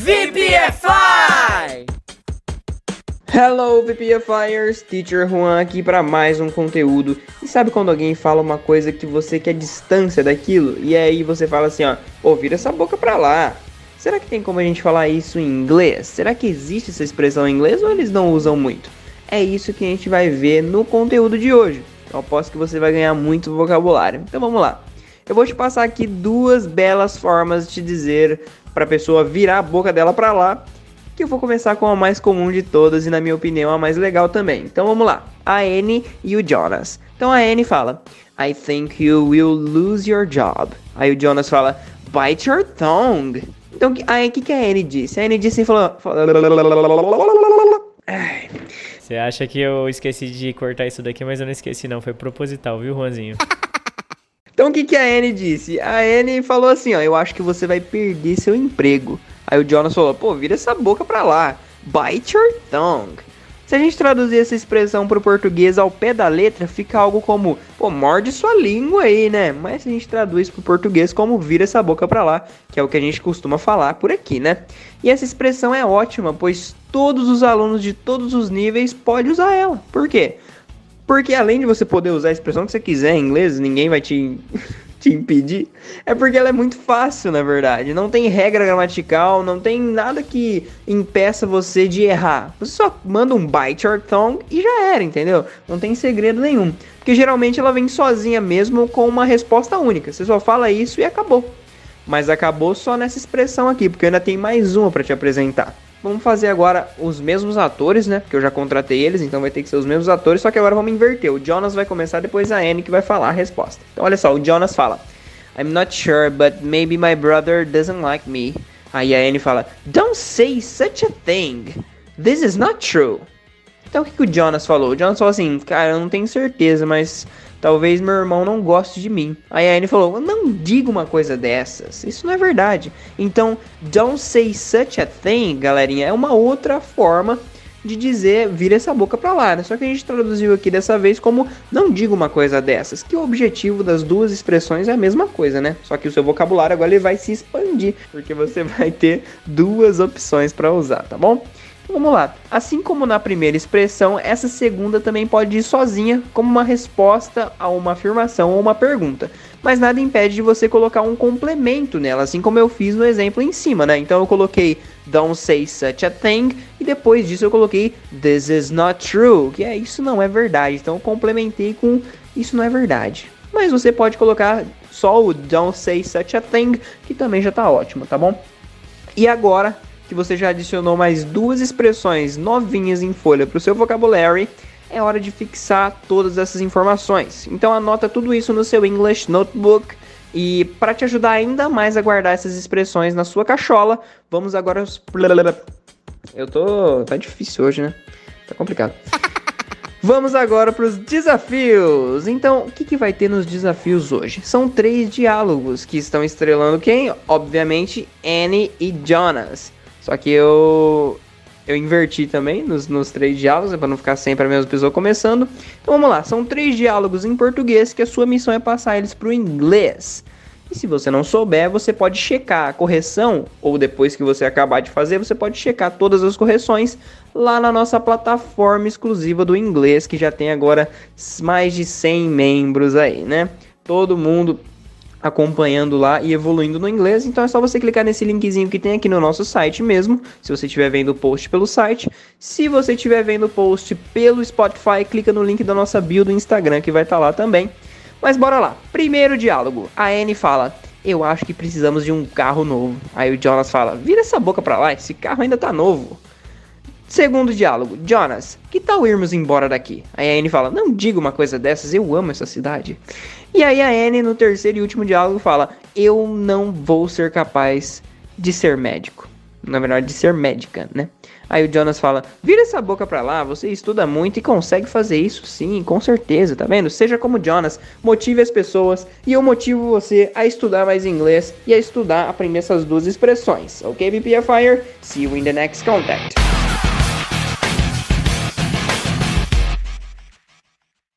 VPFI! Hello VPFIers, Teacher Juan aqui para mais um conteúdo. E sabe quando alguém fala uma coisa que você quer distância daquilo? E aí você fala assim, vira essa boca pra lá. Será que tem como a gente falar isso em inglês? Será que existe essa expressão em inglês ou eles não usam muito? É isso que a gente vai ver no conteúdo de hoje. Eu aposto que você vai ganhar muito vocabulário. Então vamos lá. Eu vou te passar aqui duas belas formas de te dizer pra pessoa virar a boca dela pra lá, que eu vou começar com a mais comum de todas e, na minha opinião, a mais legal também. Então vamos lá, a Annie e o Jonas. Então a Annie fala, I think you will lose your job. Aí o Jonas fala, bite your tongue. Então o que a Annie disse? A Annie disse e falou... Você acha que eu esqueci de cortar isso daqui, mas eu não esqueci não, foi proposital, viu, Juanzinho? Então o que a Annie disse? A Annie falou assim, eu acho que você vai perder seu emprego. Aí o Jonas falou, vira essa boca pra lá. Bite your tongue. Se a gente traduzir essa expressão pro português ao pé da letra, fica algo como, morde sua língua aí, né? Mas se a gente traduz pro português como vira essa boca pra lá, que é o que a gente costuma falar por aqui, né? E essa expressão é ótima, pois todos os alunos de todos os níveis podem usar ela. Por quê? Porque além de você poder usar a expressão que você quiser em inglês, ninguém vai te impedir, é porque ela é muito fácil, na verdade. Não tem regra gramatical, não tem nada que impeça você de errar. Você só manda um bite your tongue e já era, entendeu? Não tem segredo nenhum. Porque geralmente ela vem sozinha mesmo com uma resposta única. Você só fala isso e acabou. Mas acabou só nessa expressão aqui, porque eu ainda tenho mais uma para te apresentar. Vamos fazer agora os mesmos atores, né? Porque eu já contratei eles, então vai ter que ser os mesmos atores. Só que agora vamos inverter. O Jonas vai começar, depois a Annie que vai falar a resposta. Então olha só, o Jonas fala, I'm not sure, but maybe my brother doesn't like me. Aí a Annie fala, don't say such a thing. This is not true. Então o que o Jonas falou? O Jonas falou assim, cara, eu não tenho certeza, mas talvez meu irmão não goste de mim. Aí a Annie falou, não diga uma coisa dessas, isso não é verdade. Então, don't say such a thing, galerinha, é uma outra forma de dizer, vira essa boca pra lá, né? Só que a gente traduziu aqui dessa vez como, não diga uma coisa dessas, que o objetivo das duas expressões é a mesma coisa, né? Só que o seu vocabulário agora ele vai se expandir, porque você vai ter duas opções pra usar, tá bom? Então vamos lá, assim como na primeira expressão, essa segunda também pode ir sozinha como uma resposta a uma afirmação ou uma pergunta, mas nada impede de você colocar um complemento nela, assim como eu fiz no exemplo em cima, né? Então eu coloquei don't say such a thing e depois disso eu coloquei this is not true, que é isso não é verdade, então eu complementei com isso não é verdade. Mas você pode colocar só o don't say such a thing, que também já tá ótimo, tá bom? E agora que você já adicionou mais duas expressões novinhas em folha para o seu vocabulary, é hora de fixar todas essas informações. Então anota tudo isso no seu English Notebook e para te ajudar ainda mais a guardar essas expressões na sua cachola, vamos agora... Tá difícil hoje, né? Tá complicado. Vamos agora para os desafios. Então, o que vai ter nos desafios hoje? São 3 diálogos que estão estrelando quem? Obviamente, Annie e Jonas. Só que eu inverti também nos 3 diálogos, para não ficar sempre a mesma pessoa começando. Então vamos lá, são 3 diálogos em português que a sua missão é passar eles para o inglês. E se você não souber, você pode checar a correção, ou depois que você acabar de fazer, você pode checar todas as correções lá na nossa plataforma exclusiva do inglês, que já tem agora mais de 100 membros aí, né? Todo mundo acompanhando lá e evoluindo no inglês, então é só você clicar nesse linkzinho que tem aqui no nosso site mesmo, se você estiver vendo o post pelo site. Se você estiver vendo o post pelo Spotify, clica no link da nossa bio do Instagram que vai estar lá também. Mas bora lá, primeiro diálogo, a Annie fala, eu acho que precisamos de um carro novo. Aí o Jonas fala, vira essa boca pra lá, esse carro ainda tá novo. Segundo diálogo, Jonas, que tal irmos embora daqui? Aí a Annie fala, não diga uma coisa dessas, eu amo essa cidade. E aí a Annie, no terceiro e último diálogo, fala, eu não vou ser capaz de ser médico. Na verdade, de ser médica, né? Aí o Jonas fala, vira essa boca pra lá, você estuda muito e consegue fazer isso sim, com certeza, tá vendo? Seja como Jonas, motive as pessoas e eu motivo você a estudar mais inglês e a aprender essas duas expressões. Ok, VPFire? See you in the next contact.